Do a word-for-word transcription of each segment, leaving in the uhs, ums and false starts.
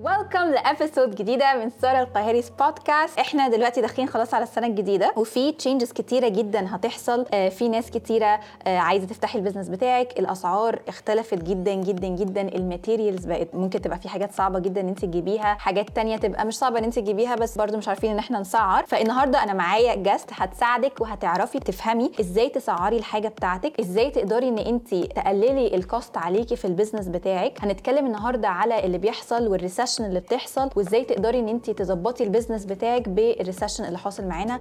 ويلكم لابيسود جديده من ساره القاهري's بودكاست. احنا دلوقتي داخلين خلاص على السنه الجديده وفي تشينجز كتيره جدا هتحصل. آه في ناس كتيره آه عايزه تفتحي البيزنس بتاعك، الاسعار اختلفت جدا جدا جدا، الماتيريالز بقت ممكن تبقى في حاجات صعبه جدا ان انت تجيبيها، حاجات تانية تبقى مش صعبه ان انت تجيبيها بس برضو مش عارفين ان احنا نسعر. فالنهارده انا معايا جاست هتساعدك وهتعرفي تفهمي ازاي تسعري الحاجه بتاعتك، ازاي تقدري ان انت تقللي الكوست عليكي في البيزنس بتاعك. هنتكلم النهارده على اللي بيحصل والريسيشن اللي بتحصل وازاي تقدري ان انت تظبطي البيزنس بتاعك بالريسيشن اللي حاصل معانا.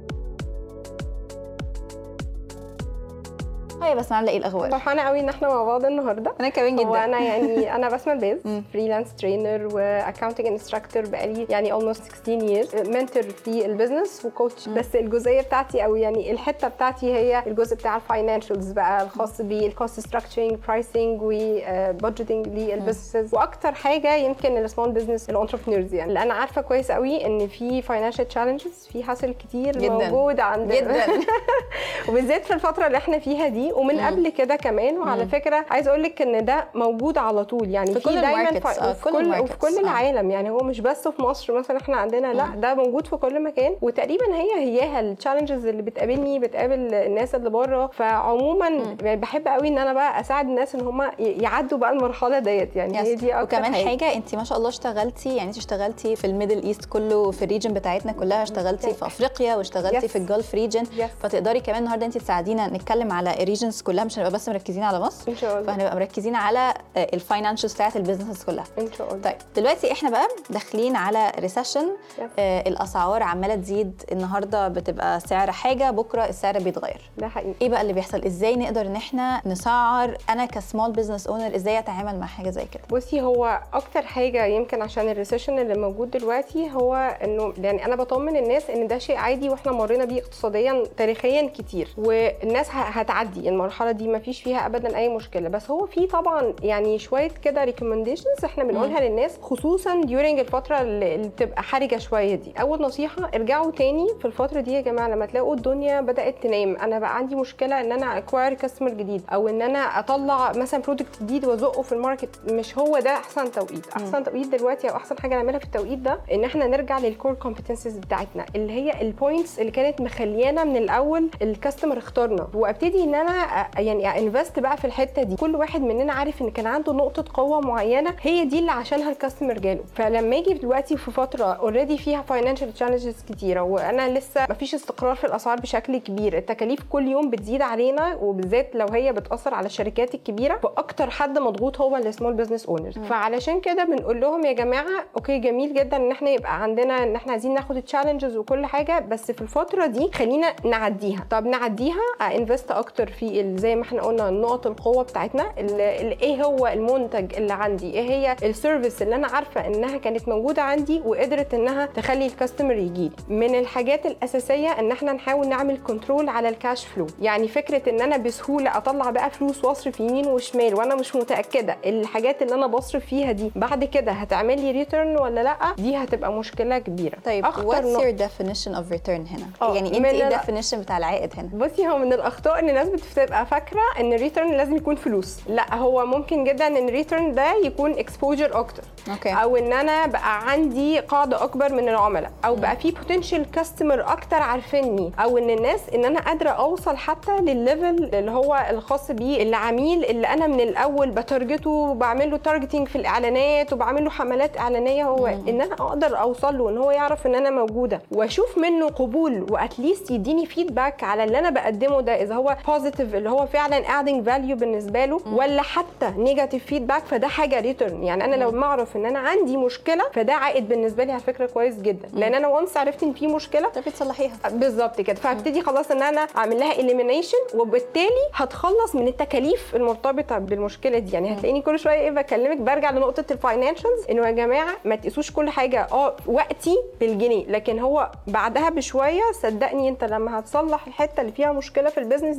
هاي بس عامله ايه الاخبار؟ فرحانه قوي ان احنا مع بعض النهارده. انا كمان جدا. وانا يعني انا بسمه الباز فريلانس ترينر واكاونتنج انستراكتور بقالي يعني almost ستاشر years، منتور في البيزنس وكوتش. بس الجزئيه بتاعتي او يعني الحته بتاعتي هي الجزء بتاع الفاينانشالز بقى الخاص بالكوست ستراكشرنج، برايسنج وبادجيتنج للبيزنسز، واكتر حاجه يمكن السمول بزنس الانتربرينورز يعني اللي انا عارفه كويس قوي ان في فاينانشال تشالنجز، في حاصل كتير جداً. موجود عندنا جدا وبالذات في الفتره اللي احنا فيها دي ومن مم. قبل كده كمان. وعلى مم. فكره عايز اقول لك ان ده موجود على طول يعني في, في كل دايما في آه في كل وفي كل العالم يعني، هو مش بس في مصر مثلا احنا عندنا، لا ده موجود في كل مكان. وتقريبا هي هياها التشالنجز اللي بتقابلني بتقابل الناس اللي بره. فعموما مم. بحب قوي ان انا بقى اساعد الناس ان هم يعدوا بقى المرحله ديت يعني. يس. هي دي اكتر وكمان حاجه, حاجة انت ما شاء الله اشتغلتي يعني انت اشتغلتي في الميدل ايست كله، في الريجن بتاعتنا كلها، اشتغلتي في افريقيا واشتغلتي yes. في الجلف ريجن yes. فتقدري كمان النهارده انت تساعدينا نتكلم على الريجنز كلها، مش هنبقى بس مركزين على مصر ان شاء الله، فهنبقى مركزين على الفاينانشال بتاعت البيزنس كلها ان شاء الله. طيب دلوقتي احنا بقى داخلين على ريسيشن. آه الاسعار عماله تزيد، النهارده بتبقى سعر حاجه بكره السعر بيتغير. ده حقيقي. ايه بقى اللي بيحصل؟ ازاي نقدر ان احنا نسعر؟ انا كسمول بزنس اونر ازاي اتعامل مع حاجه زي كده؟ بصي، هو اكتر حاجه يمكن عشان الريسيشن اللي موجود دلوقتي هو انه يعني انا بطمن الناس ان ده شيء عادي واحنا مرينا بيه اقتصاديا تاريخيا كتير، والناس هتعدي المرحله دي ما فيش فيها ابدا اي مشكله. بس هو في طبعا يعني شويه كده ريكومنديشنز احنا بنقولها للناس خصوصا ديورنج الفتره اللي بتبقى حرجه شويه دي. اول نصيحه، ارجعوا تاني في الفتره دي يا جماعه لما تلاقوا الدنيا بدات تنام، انا بقى عندي مشكله ان انا اكواير كاستمر جديد او ان انا اطلع مثلا برودكت جديد وازقه في الماركت، مش هو ده احسن توقيت. احسن توقيت دلوقتي او احسن حاجه نعملها في التوقيت ده ان احنا نرجع للكور كومبتنسز بتاعتنا اللي هي البوينتس اللي كانت مخليانا من الاول الكاستمر اختارنا، وابتدي ان انا يعني انفست بقى في الحته دي. كل واحد مننا عارف ان كان عنده نقطه قوه معينه هي دي اللي عشانها الكاستمر جاله. فلما اجي دلوقتي في فتره اوريدي فيها فاينانشال تشالنجز كتيره وانا لسه مفيش استقرار في الاسعار بشكل كبير، التكاليف كل يوم بتزيد علينا وبالذات لو هي بتاثر على الشركات الكبيره، واكتر حد مضغوط هو السمول بزنس اونرز. فعلشان كده بنقول لهم يا جماعه اوكي جميل جدا ان احنا يبقى عندنا ان احنا عايزين ناخد التشالنجز وكل حاجه، بس في الفتره دي خلينا نعديها. طب نعديها انفست اكتر في زي ما احنا قلنا نقط القوه بتاعتنا، ايه هو المنتج اللي عندي، ايه هي السيرفيس اللي انا عارفه انها كانت موجوده عندي وقدرت انها تخلي الكاستمر يجي. من الحاجات الاساسيه ان احنا نحاول نعمل كنترول على الكاش فلو، يعني فكره ان انا بسهوله اطلع بقى فلوس واصرف يمين وشمال وانا مش متاكده الحاجات اللي انا بصرف فيها دي بعد كده هتعمل لي ريتيرن ولا لا، دي هتبقى مشكله كبيره. طيب what's your definition of return هنا؟ يعني انت ايه الديفينيشن بتاع العائد هنا؟ بصي، هو من الاخطاء ان الناس بتبقى فاكره ان الريتيرن لازم يكون فلوس. لا، هو ممكن جدا ان الريتيرن ده يكون اكسبوجر اكتر، أوكي. او ان انا بقى عندي قاعده اكبر من العملاء، او بقى في بوتنشال كاستمر اكتر عارفيني، او ان الناس ان انا قادره اوصل حتى للليفل اللي هو الخاص بيه العميل اللي انا من الاول بتارجته وبعمل له تارجتنج في الاعلانات وبعمل له حملات اعلانيه، هو مم. ان انا اقدر اوصل له ان هو يعرف ان انا موجوده واشوف منه قبول واتليست يديني فيدباك على اللي انا بقدمه ده، اذا هو بوزيتيف اللي هو فعلا ادنج فاليو بالنسبه له مم. ولا حتى نيجاتيف فيدباك، فده حاجه ريتيرن. يعني انا لو ما اعرف ان انا عندي مشكله فده عائد بالنسبه لي على فكره كويس جدا، لان انا وانس عرفت ان في مشكله تقدري تصلحيها بالظبط كده، فهبتدي خلاص ان انا اعمل لها اليمينيشن وبالتالي هتخلص من التكاليف المرتبطه بالمشكله دي. يعني هتلاقيني كل شويه ايه بكلمك برجع لنقطه الفاينانشالز، انه يا جماعه ما تقيسوش كل حاجه اه وقتي بالجنيه، لكن هو بعدها بشويه صدقني انت لما هتصلح الحته اللي فيها مشكله في البيزنس دي ده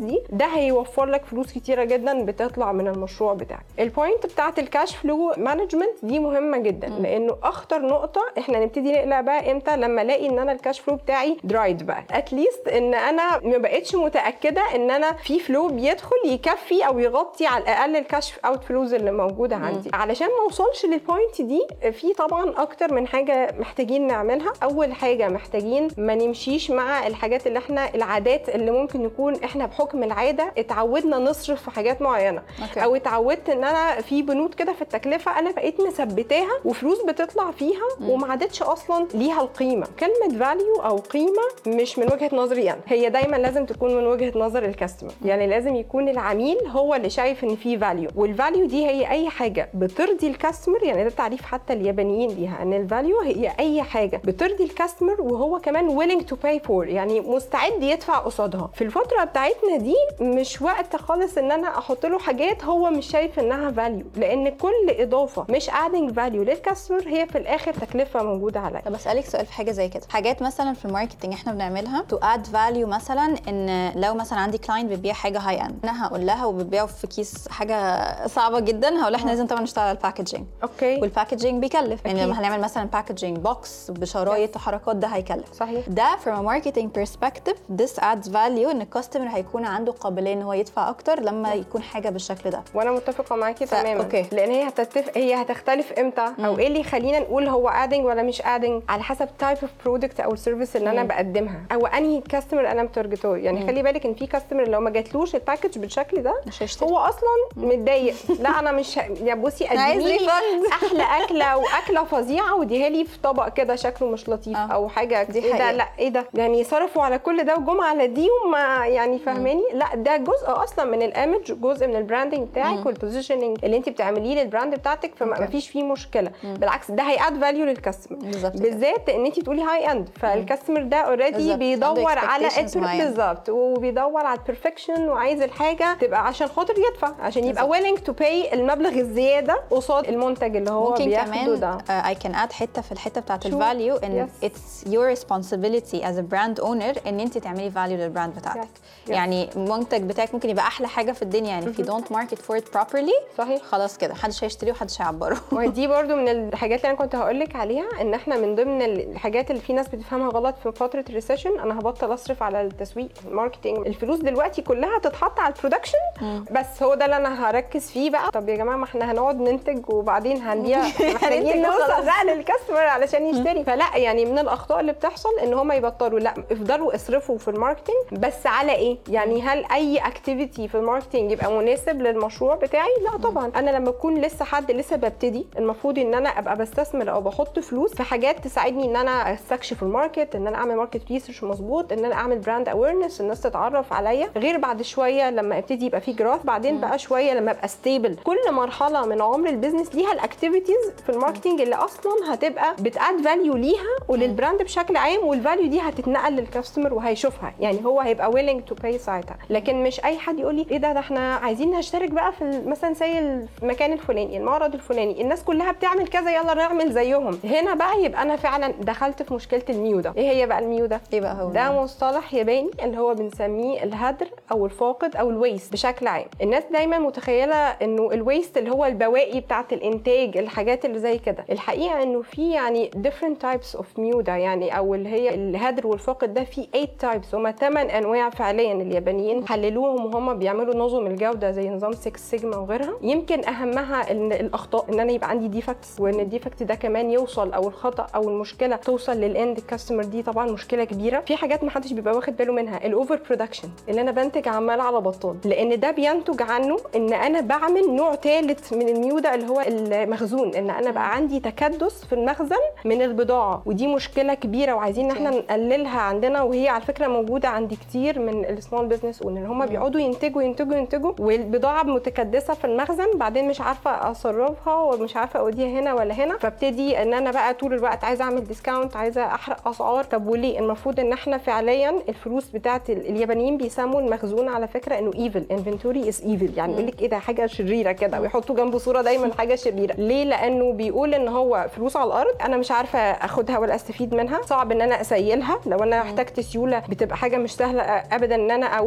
ده هيوفر لك فلوس كتيره جدا بتطلع من المشروع بتاعك. البوينت بتاعت الكاش فلو مانجمنت دي مهمه جدا، م. لانه اخطر نقطه احنا نبتدي نقلق بقى امتى؟ لما الاقي ان انا الكاش فلو بتاعي درايد بقى، اتليست ان انا ما بقتش متاكده ان انا في فلو بيدخل يكفي او يغطي على الاقل الكاش اوت فلوز اللي موجوده عندي. م. علشان ما اوصلش للبوينت دي في طبعا اكتر من حاجه محتاجين نعملها. اول حاجه محتاجين ما نمشيش مع الحاجات اللي احنا العادات اللي ممكن يكون احنا بحكم العاده اتعودنا نصرف في حاجات معينه، أوكي. او اتعودت ان انا في بنود كده في التكلفه انا بقيت مثبتاها وفلوس بتطلع فيها م. وما عادتش اصلا ليها القيمه. كلمه فاليو او قيمه مش من وجهه نظري يعني، هي دايما لازم تكون من وجهه نظر الكاستمر، يعني لازم يكون العميل هو اللي شايف ان في فاليو، والفاليو دي هي اي حاجه بترضي الكاستمر. يعني ده تعريف حتى اليابانيين ليها، ان الفاليو هي اي حاجه بترضي الكاستمر وهو كمان willing to pay for، يعني مستعد يدفع قصادها. في الفتره بتاعتنا دي مش وقت خالص ان انا احط له حاجات هو مش شايف انها فاليو، لان كل اضافه مش adding value للكاستمر هي في الاخر تكلفه موجوده عليا. طب اسالك سؤال في حاجه زي كده، حاجات مثلا في الماركتنج احنا بنعملها to add value، مثلا ان لو مثلا عندي كلاينت بتبيع حاجه هاي اند، انا هقول لها وبتبيعه في كيس حاجه صعبه جدا، هقول احنا لازم طبعا نشتغل على الباكجينج، اوكي، والباكجينج بيكلف، يعني لما هنعمل مثلا باكجينج بوكس بشرايط yes. وحركات ده هيكلف، صحيح. ده from a marketing perspective this adds value، ان الكاستمر هيكون عنده قابليه ان هو يدفع اكتر لما yes. يكون حاجه بالشكل ده. وانا متفقه معاكي ف... تماما، أوكي. لان هي هتتف... هي هتختلف امتى مم. او ايه اللي يخلينا نقول هو adding ولا مش adding، على حسب تايب اوف برودكت او سيرفيس اللي مم. انا بقدمها، او انهي كاستمر انا متارجته. يعني مم. خلي بالك ان في كاستمر لو ما جاتلوش الباكج بالشكل ده هو اصلا متضايق، لا انا مش يا بصي اديني احلى اكله واكله فظيعه وديها لي في طبق كده شكله مش لطيف آه. او حاجه دي ايه ده، لا ايه ده، يعني صرفوا على كل ده وجم على دي وما يعني فاهماني. لا ده جزء اصلا من الايمج، جزء من البراندنج بتاعك والبوزيشننج اللي انت بتعمليه للبراند بتاعتك، فما فيش فيه مشكله. مم. بالعكس ده هياد فاليو للكاستمر، بالذات ان انت تقولي هاي اند، فالكاستمر ده اوريدي بيدور على بالظبط، وبيدور على البرفكشن وعايز الحاجه تبقى عشان خاطر يدفع، عشان يبقى willing to pay المبلغ الزياده قصاد المنتج اللي هو بياخده ده. اي كان اد حته في الحته بتاعت الفاليو، ان اتس يور ريسبونسبيلتي از ا براند اونر ان انت تعملي فاليو للبراند بتاعتك. yes. yes. يعني المنتج بتاعك ممكن يبقى احلى حاجه في الدنيا، يعني if you don't market for it properly صحيح خلاص كده محدش هيشتريه ومحدش هيعبره. ودي برده من الحاجات اللي انا كنت هقول لك عليها، ان احنا من ضمن الحاجات اللي في ناس بتفهمها غلط في فتره الريسيشن، انا هبطل اصرف على التسويق الماركتنج، الفلوس دلوقتي كلها تتحط على البرودكشن بس، هو ده اللي انا هركز فيه بقى. طب يا جماعه ما احنا هنقعد ننتج وبعدين هنبيع، محتاجين نوصل بقى للكاستمر علشان يشتري. فلا يعني من الاخطاء اللي بتحصل ان هم يبطلوا، لا افضلوا اصرفوا في الماركتنج، بس على ايه؟ يعني هل اي اكتيفيتي في الماركتنج يبقى مناسب للمشروع بتاعي؟ لا طبعا. انا لما اكون لسه حد لسه ببتدي، المفروض ان انا ابقى بستثمر او بحط فلوس في حاجات تساعدني ان انا استكشف الماركت، ان انا اعمل ماركت ريسيرش مظبوط، ان انا اعمل براند اويرنس، الناس تتعرف عليا، غير بعد شويه لما ابتدي يبقى في جراث، بعدين بقى شويه لما ابقى ستيبل. كل مرحله من عمر البيزنس ليها الاكتيفيتيز في الماركتنج اللي اصلا هتبقى بتاد فاليو ليها وللبراند بشكل عام، والفاليو دي هتتنقل للكاستمر وهيشوفها، يعني هو هيبقى willing to pay ساعتها. لكن مش اي حد يقول لي ايه ده ده احنا عايزين نشترك بقى في مثلا زي المكان الفلاني، المعرض الفلاني، الناس كلها بتعمل كذا يلا نعمل زيهم. هنا بقى يبقى انا فعلا دخلت في مشكله الميو ده. ايه هي بقى الميو ده؟ ايه بقى هو؟ ده مصطلح ياباني اللي هو بنسميه الهدر او الفاقد او الويست بشكل عام. الناس دايما متخيله انه الويست اللي هو البواقي بتاعه الانتاج، الحاجات اللي زي كده. الحقيقه انه في يعني different types of ميو ده، يعني او اللي هي الهدر والفاقد ده في eight types، هما ثمان انواع فعليا اليابانيين حللوهم وهم بيعملوا نظم الجوده زي نظام سيكس سيجما وغيرها. يمكن اهمها ان الاخطاء، ان انا يبقى عندي ديفكتس، وان الديفكت ده كمان يوصل او الخطا او المشكله توصل للاند كاستمر، دي طبعا مشكله كبيره. في حاجات ما حدش بيبقى واخد باله منها، الاوفر برودكشن، اللي انا بنتج عمال على بطال، لان ده بينتج عنه ان انا بعمل نوع ثالث من الميو ده اللي هو المخزون، ان انا بقى عندي تكدس في المخزن من البضاعه، ودي مشكله كبيره وعايزين ان احنا نقللها عندنا، وهي على فكره موجوده عند كتير من السمول بزنس، وان هم بيقعدوا ينتجوا ينتجوا ينتجوا والبضاعه متكدسه في المخزن، بعدين مش عارفه اصرفها ومش عارفه اوديها هنا ولا هنا، فابتدي ان انا بقى طول الوقت عايزه اعمل ديسكاونت، عايزه احرق اسعار. طب وليه؟ المفروض ان احنا فعليا الفلوس بتاعت اليابانيين بيسموا المخزون على فكره انه ايفل، انفنتوري از ايفل، يعني يقول لك ايه ده حاجه شريره كده، ويحطوا جنبه صوره دايما حاجه شريره. ليه؟ لانه بيقول ان هو فلوس على الارض انا مش عارفه اخدها ولا استفيد منها، صعب ان انا اسيلها، لو انا احتجت سيوله بتبقى حاجه مش سهله ابدا ان انا اقول انا هجيب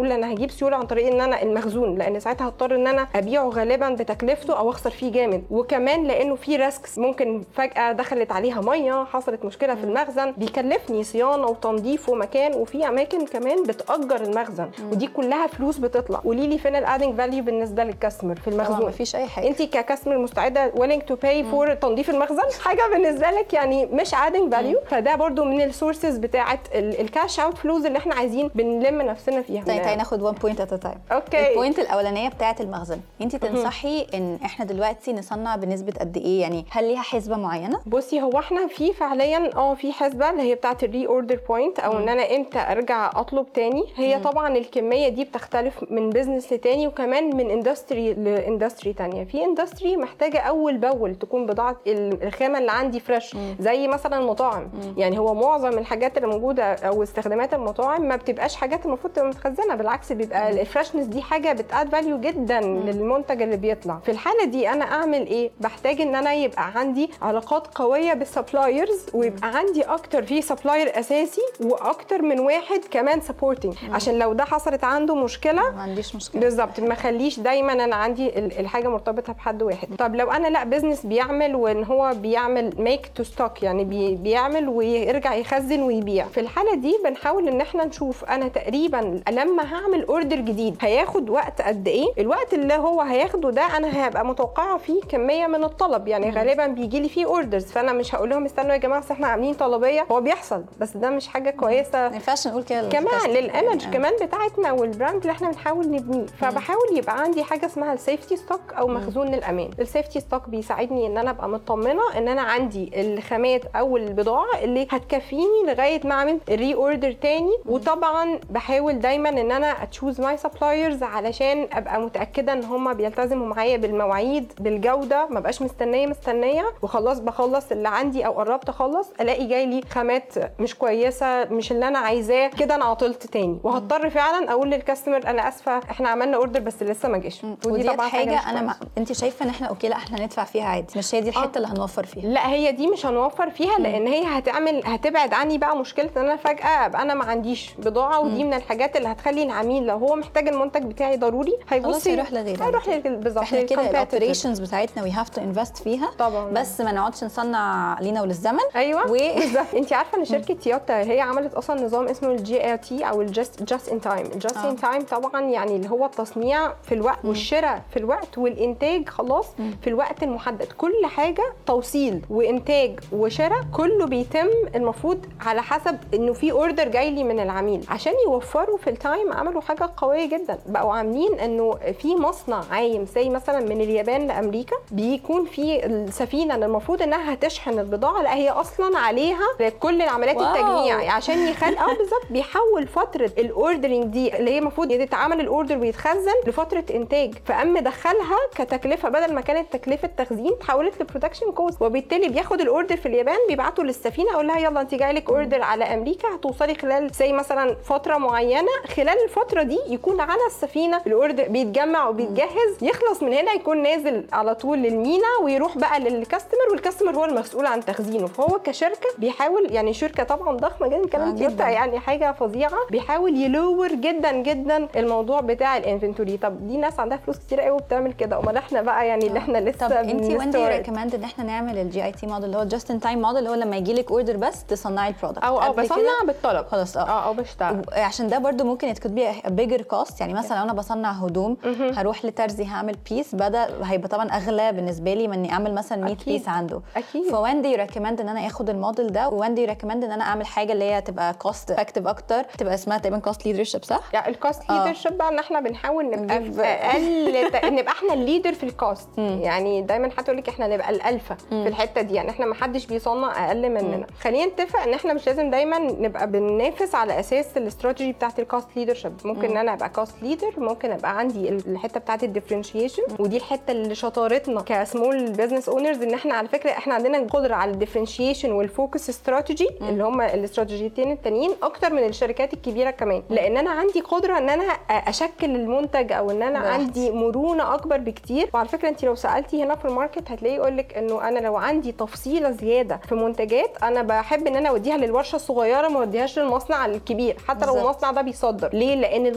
اجيب سيوله عن طريق ان انا المخزون، لان ساعتها هضطر ان انا ابيعه غالبا بتكلفته او اخسر فيه جامد، وكمان لانه في ريسكس ممكن فجاه دخلت عليها ميه، حصلت مشكله في المخزن بيكلفني صيانه وتنظيف ومكان، وفي اماكن كمان بتاجر المخزن، ودي كلها فلوس بتطلع. قولي لي فين الادنج فاليو بالنسبه للكاستمر في المخزون؟ مفيش اي حاجه. انت ككاستمر مستعده willing to pay for تنظيف المخزن؟ حاجه بالنسبه لك يعني مش ادنج فاليو. فده برضو من السورسز بتاعه الكاش اوت فلوز اللي احنا عايزين بنلم نفسنا فيها. طيب تعالي ناخد one point at a time. اوكي. البوينت الاولانيه بتاعه المخزن، انت تنصحي ان احنا دلوقتي نصنع بنسبه قد ايه؟ يعني هل ليها حسبه معينه؟ بصي هو احنا في فعليا اه في حسبه اللي هي بتاعه الري اوردر بوينت، او ان انا امتى ارجع اطلب تاني. هي مم. طبعا الكميه دي بتختلف من بزنس لتاني، وكمان من اندستري لاندستري تانيه. في اندستري محتاجه اول باول تكون بضاعه الخامه اللي عندي فريش، زي مثلا المطاعم. مم. يعني هو معظم الحاجات اللي موجوده او استخدامات المطاعم ما بتبقاش حاجات المفروض تبقى متخزنه، بالعكس بيبقى الفريشنس دي حاجه بتاد فاليو جدا مم. للمنتج اللي بيطلع. في الحاله دي انا اعمل ايه؟ بحتاج ان انا يبقى عندي علاقات قويه بالسبلايرز، ويبقى عندي اكتر في سبلاير اساسي واكتر من واحد كمان سبورتنج، عشان لو ده حصلت عنده مشكله ما عنديش مشكله بالظبط، ما خليش دايما انا عندي الحاجه مرتبطه بحد واحد. طب لو انا لا بزنس بيعمل وان هو بيعمل ميك تو ستوك، يعني بي بيعمل ويرجع يخزن ويبيع، في الحاله دي بنحاول ان احنا نشوف انا تقريبا لما هعمل اوردر جديد هياخد وقت قد ايه. الوقت اللي هو هياخده ده انا هبقى متوقعه فيه كميه من الطلب، يعني غالبا بيجي لي فيه اوردرز، فانا مش هقول لهم استنوا يا جماعه احنا عاملين طلبيه. هو بيحصل بس ده مش حاجه كويسه، ما ينفعش نقول كده كمان للايمج يعني. كمان بتاعتنا والبراند اللي احنا بنحاول نبنيه. فبحاول يبقى عندي حاجه اسمها السيفتي ستوك او مخزون الامان. السيفتي ستوك بيساعدني ان انا ابقى مطمنه ان انا عندي الخامات او البضاعه اللي هتكفيني لغايه ما اعمل ري اوردر تاني. وطبعا بحاول دايما ان انا اتشوز ماي سبلايرز علشان ابقى متاكده ان هم بيلتزموا معايا بالمواعيد بالجوده، ما بقاش مستنيه مستنيه وخلاص بخلص اللي عندي او قربت اخلص الاقي جاي لي خامات مش كويسه، مش اللي انا عايزاه، كده انا عطلت تاني وهضطر فعلا اقول للكاستمر انا اسفه احنا عملنا اوردر بس لسه ما جاش. ودي طبعا حاجه, حاجة انا ما... انت شايفه ان احنا اوكي لا احنا ندفع فيها عادي، مش هي دي الحته آه. اللي هنوفر فيها؟ لا هي دي مش هنوفر فيها، لان هي هتعمل هتبعد عني بقى مشكله ان انا فجاه ابقى انا ما عنديش بضاعه، ودي من الحاجات اللي هتخلي العميل لو هو محتاج المنتج بتاعي ضروري هيبص يروح لغيره، هيروح بالظبط. احنا كده الاوبريشنز بتاعتنا وي هاف تو انفست فيها طبعا، بس ما نقعدش نصنع لينا وللزمن. ايوه و... بالظبط. انت عارفه ان شركه تويوتا هي عملت اصلا نظام اسمه الجي ار تي او الجاست جاست ان تايم. الجاست ان تايم طبعا يعني اللي هو التصنيع في الوقت والشراء في الوقت والانتاج خلاص مم. في الوقت المحدد. كل حاجه توصيل وانتاج وشراء كله بيتم المفروض على حسب انه في اوردر جاي لي من العميل. عشان يوفروا في التايم عملوا حاجه قويه جدا، بقوا عاملين انه في مصنع عايم زي مثلا من اليابان لامريكا بيكون في السفينه اللي المفروض انها هتشحن البضاعه، لا هي اصلا عليها كل العمليات التجميع عشان يخلق اه بالظبط بيحول فتره الاوردرنج دي اللي هي المفروض يتعمل الاوردر ويتخزن لفتره انتاج، فقام دخلها كتكلفه بدل ما كانت تكلفه تخزين اتحولت لبرودكشن كوست. وبالتالي بياخد الاوردر في اليابان بيبعته للسفينه اقول لها يلا انت جاي لك اوردر على امريكا هتوصلي خلال زي مثلا فتره معينه، خلال الفتره دي يكون على السفينه الاوردر بيتجمع وبيتجهز، يخلص من هنا يكون نازل على طول للمينا ويروح بقى للكاستمر، والكاستمر هو المسؤول عن تخزينه. فهو كشركه بيحاول يعني شركه طبعا ضخمه جدا كمان تويوتا يعني حاجه فظيعه، بيحاول يلور جدا جدا الموضوع بتاع الانفنتوري. طب دي ناس عندها فلوس كتير قوي بتعمل كده، امال احنا بقى يعني اللي احنا لسه طب انت وانت ريكومند ان احنا نعمل الجي اي تي موديل اللي هو جاست ان تايم موديل اللي هو لما يجي لك اوردر بس تصنعي البرودكت او او بصنع بالطلب خلاص اه اه او بشتغل، عشان ده برده ممكن يتكتب بي بيجر كوست. يعني مثلا لو انا بصنع هدوم هروح لترزي هعمل بيس بدل هيبقى طبعا اغلى بالنسبه لي من اني اعمل مثلا مية بيس عنده. اكيد. فوين دي ريكومند ان انا اخد الموديل ده، وين دي ريكومند ان انا اعمل حاجه اللي هي تبقى كوست افكتيف اكتر، تبقى اسمها تقريبا كوست ليدرشيب صح؟ يعني الكوست ليدرشيب بقى ان احنا بنحاول نبقى في اقل ت... نبقى احنا الليدر في الكوست. يعني دايما هتقول لك احنا نبقى الالفا في الحته دي، يعني احنا ما حدش بيصنع اقل مننا. خلينا نتفق ان احنا مش لازم دايما نبقى بننافس على اساس الاستراتيجي بتاعت الكوست ليدرشيب. ممكن ان انا ابقى كوست ليدر، ممكن ابقى عندي الحته بتاعت الديفرنشيشن، ودي الحته اللي شطارتنا كسمول بزنس اونرز ان احنا على فكره احنا عندنا قدره على الديفرنشيشن والفوكس استراتيجي اللي هم الاستراتيجيتين التانيين اكتر من الشركات الكبيره كمان، لان انا عندي قدره ان انا اشكل المنتج او ان انا بحت. عندي مرونه اكبر بكتير. وعلى فكره انت لو سالتي هنا في الماركت هتلاقي يقول لك انه انا لو عندي تفصيله زياده في منتجات انا بحب ان انا اوديها للورشه الصغيره ما اوديهاش للمصنع الكبير حتى بالزبط. لو المصنع ده بيصدر. ليه؟ لان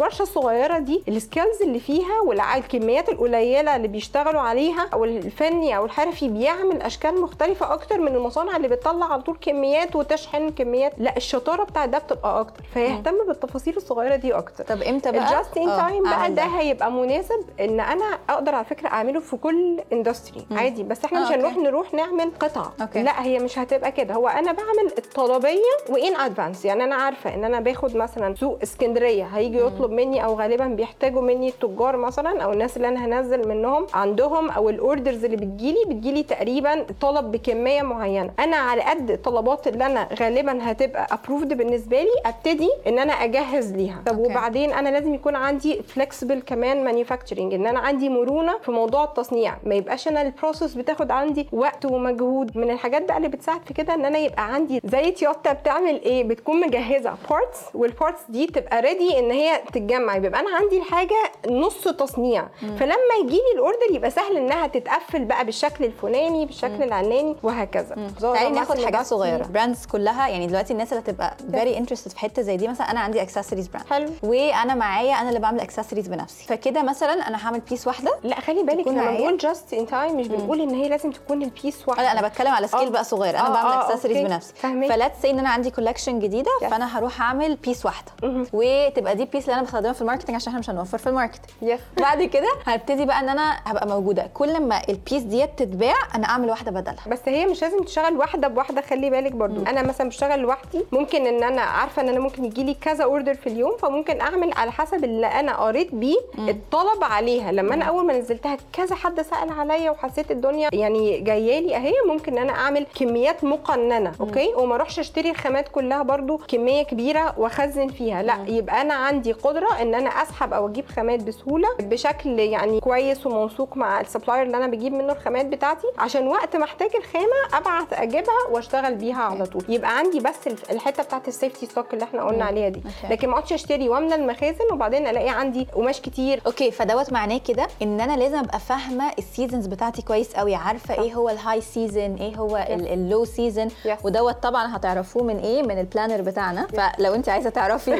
الورشه الصغيره دي السكيلز اللي فيها والكميات القليله اللي بيشتغلوا عليها، او الفني او الحرفي بيعمل اشكال مختلفه اكتر من المصانع اللي بتطلع على طول كميات وتشحن كميات. لا، الشطاره بتاع ده بتبقى اكتر، فيهتم بالتفاصيل الصغيره دي اكتر. طب امتى بقى الجاست ان تايم بقى ده هيبقى مناسب ان انا اقدر على فكره اعمله في كل اندستري عادي، بس احنا آه مش أوكي. هنروح نروح نعمل قطعه. أوكي. لا، هي مش هتبقى كده. هو انا بعمل الطلبيه وان ادفانس، يعني انا عارفه ان انا باخد مثلا سوق اسكندريه هيجي يطلب مني، او غالبا بيحتاجوا مني التجار مثلا او الناس اللي انا هنزل منهم عندهم، او الاوردرز اللي بتجيلي بتجيلي تقريبا طلب بكميه معينه. انا على قد الطلبات اللي انا غالبا هتبقى ابروفد بالنسبه لي ابتدي ان انا اجهز ليها. طب أوكي. وبعدين انا لازم يكون عندي فلكسبل كمان مانيفاكتشرنج، ان انا عندي مرونه في موضوع التصنيع، ما يبقاش انا البروسيس بتاخد عندي وقت ومجهود. من الحاجات بقى اللي بتساعد في كده ان انا يبقى عندي زي تويوتا بتعمل ايه، بتكون مجهزه بارتس، والبارتس دي تبقى ريدي ان هي تتجمع، يبقى انا عندي الحاجه نص تصنيع. مم. فلما يجي لي الاوردر يبقى سهل انها تتقفل بقى بالشكل الفلاني بالشكل العلاني وهكذا. تعالي ناخد حاجات صغيره. براندز كلها يعني دلوقتي الناس اللي هتبقى فيري انترستد في حته زي دي، مثلا انا عندي اكسسوارز براند حلو، وانا معايا انا اللي بعمل اكسسوارز بنفسي، فكده مثلا انا هعمل بيس واحده. لا خلي بالك لما بنقول جاست ان تايم مش بنقول ان هي لازم تكون البيس واحده. لا انا بتكلم على سكيل بقى صغير، انا آه بعمل آه اكسسوارز بنفسي. فلات سي ان انا عندي كولكشن جديده yes. فانا هروح اعمل بيس واحده مم. وتبقى دي البيس اللي انا بستخدمها في الماركتنج عشان احنا مش هنوفر في الماركتنج. yes. بعد كده هبتدي بقى ان انا هبقى موجوده كل ما البيس ديت تتباع انا اعمل واحده بدلها. بس هي مش لازم تشتغل واحده بواحده، خلي بالك برضو. مم. انا مثلا بشتغل لوحدي، ممكن ان انا عارفه ان انا ممكن يجي لي كذا اوردر في اليوم، فممكن اعمل على حسب اللي انا قريت بيه مم. الطلب عليها. لما انا اول ما نزلتها كذا حد سال عليا وحسيت الدنيا يعني جايه لي اهي، ممكن ان انا اعمل كميات مقننه. مم. اوكي، وما اروحش اشتري الخامات كلها برضو كميه كبيره واخزن فيها. لا، مم. يبقى انا عندي قدره ان انا اسحب او اجيب خامات بسهوله بشكل يعني كويس وموثوق مع السبلاير اللي انا بجيب منه الخامات بتاعتي، عشان وقت ما احتاج الخامه ابعت اجيبها واشتغل بيها على طول. يبقى عندي بس الحته بتاعت السيفتي ستوك اللي احنا قلنا عليها دي. أوكي. لكن ما اقعدش اشتري واملى المخازن وبعدين الاقي عندي قماش كتير. اوكي، فدوت معناه كده ان انا لازم ابقى فاهمه السيزونز بتاعتي كويس قوي، عارفه ايه هو الهاي سيزون ايه هو اللو سيزون. ودوت طبعا هتعرفوه من ايه، من البلانر بتاعنا. فلو انت عايزه تعرفي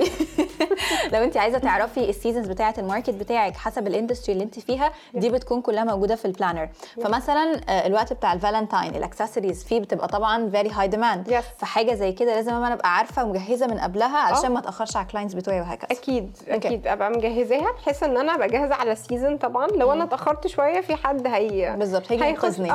لو انت عايزه تعرفي السيزونز بتاعه الماركت بتاعك حسب الاندستري اللي انت فيها، دي بتكون كلها موجوده في البلانر. فمثلا الوقت بتاع الفالنتاين الاكسسوارز فيه بتبقى طبعا فيري هاي ديماند، فحاجه زي كده لازم انا ابقى عارفه ومجهزه من قبلها علشان ما اتاخرش على الكلاينتس بتوعي وهكذا. اكيد اكيد ابقى مجهزاها بحيث ان انا ابقى جاهزه على السيزون. طبعا لو مم. انا اتاخرت شويه في حد هي بالظبط هيجي ينقذني. اه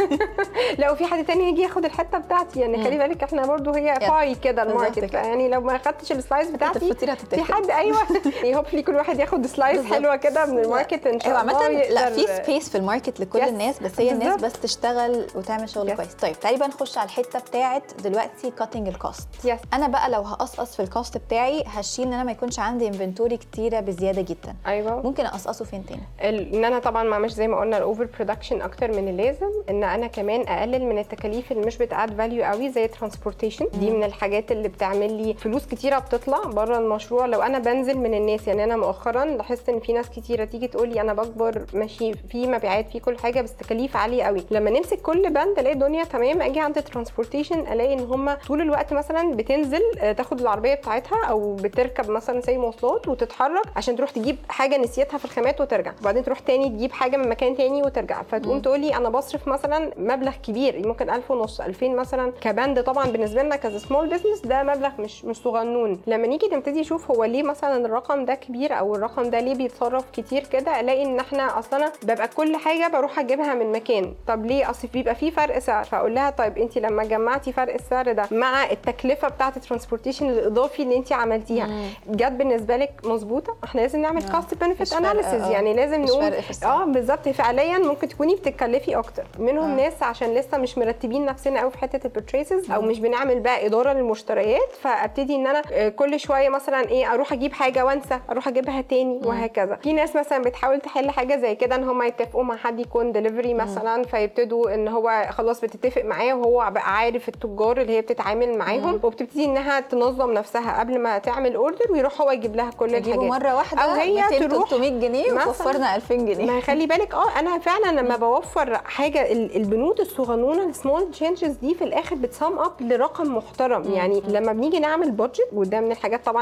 لو في حد تاني يجي ياخد الحته بتاعتي، يعني خلي بالك احنا برضو هي باي كده الماركت، يعني لو ما اخدتش السلايس بتاعتي في حد ايوه هوبفلي كل واحد ياخد سلايس حلوه كده من الماركت ان شاء الله. ايوه لا في سبيس في الماركت لكل yes. الناس، بس هي الناس بس تشتغل وتعمل شغل yes. كويس. طيب تعالي بقى نخش على الحته بتاعه دلوقتي كاتنج الكوست. yes. انا بقى لو هقصقص في الكوست بتاعي هشيل ان انا ما يكونش عندي انفنتوري كتيره بزياده جدا. ايوه ممكن اقصقصه فين تاني؟ ان انا طبعا ما مش زي ما قلنا الاوفر برودكشن اكتر من اللازم، ان انا كمان اقلل من التكاليف اللي مش بتاد فاليو قوي زي الترانسبورتيشن. دي من الحاجات اللي بتعمل لي فلوس كتيره بتطلع بره المشروع. لو انا بنزل من الناس، يعني انا مؤخرا لاحظت ان في ناس كتيره تيجي تقول لي انا بكبر ماشي في مبيعات في كل حاجه بس تكاليف عاليه قوي. لما نمسك كل بند الاقي الدنيا تمام، اجي عند الترانسبورتيشن الاقي ان هم طول الوقت مثلا بتنزل تاخد العربيه بتاعتها او بتركب مثلا زي مواصلات وتتحرك عشان تروح تجيب حاجه نسيتها في الخامات وترجع، وبعدين تروح تاني تجيب حاجه من مكان تاني وترجع. فتقوم تقول لي انا بصرف مثلا مبلغ كبير ممكن ألف ونص ألفين مثلا كبند. طبعا بالنسبه لنا كز سمول بزنس ده مبلغ مش مش صغنون. لما نيجي نبتدي نشوف هو ليه مثلا الرقم ده كبير او الرقم ده ليه بيتصرف كتير كده، الاقي ان احنا اصلا ببقى كل حاجه بروح اجيبها من مكان. طب ليه؟ اصل بيبقى في فرق سعر. فاقول لها طيب انت لما جمعتي فرق السعر ده مع التكلفه بتاعه الترانسبورتيشن الاضافي اللي انت عملتيها جت بالنسبه لك مظبوطه؟ احنا لازم نعمل كاست بنفيت اناليسيز، يعني لازم نقول اه بالظبط فعليا ممكن تكوني بتتكلفي اكتر. منهم آه. ناس عشان لسه مش مرتبين نفسنا قوي في حته البرتشيسز او مش بنعمل بقى اداره للمشتريات، فابتدي ان انا كل شويه مثلا ايه اروح اجيب حاجه وانسى اروح اجيبها تاني مم. وهكذا. في ناس مثلا بتحاول تحل حاجه زي كده ان هم يتفقوا مع حد يكون ديليفري مثلا، فيبتدوا ان هو خلاص بتتفق معاه وهو بقى عارف التجار اللي هي بتتعامل معاهم مم. وبتبتدي انها تنظم نفسها قبل ما تعمل اوردر ويروح هو يجيب لها كل الحاجات مره واحده او هي تروح ثلاثمية جنيه ووفرنا ألفين جنيه. ما خلي بالك اه انا فعلا لما بوفر حاجه البنود الصغنونه السمول تشينجز دي في الاخر بتسام اب لرقم محترم. يعني لما بنيجي نعمل بادجت، وده من الحاجات طبعا المفروض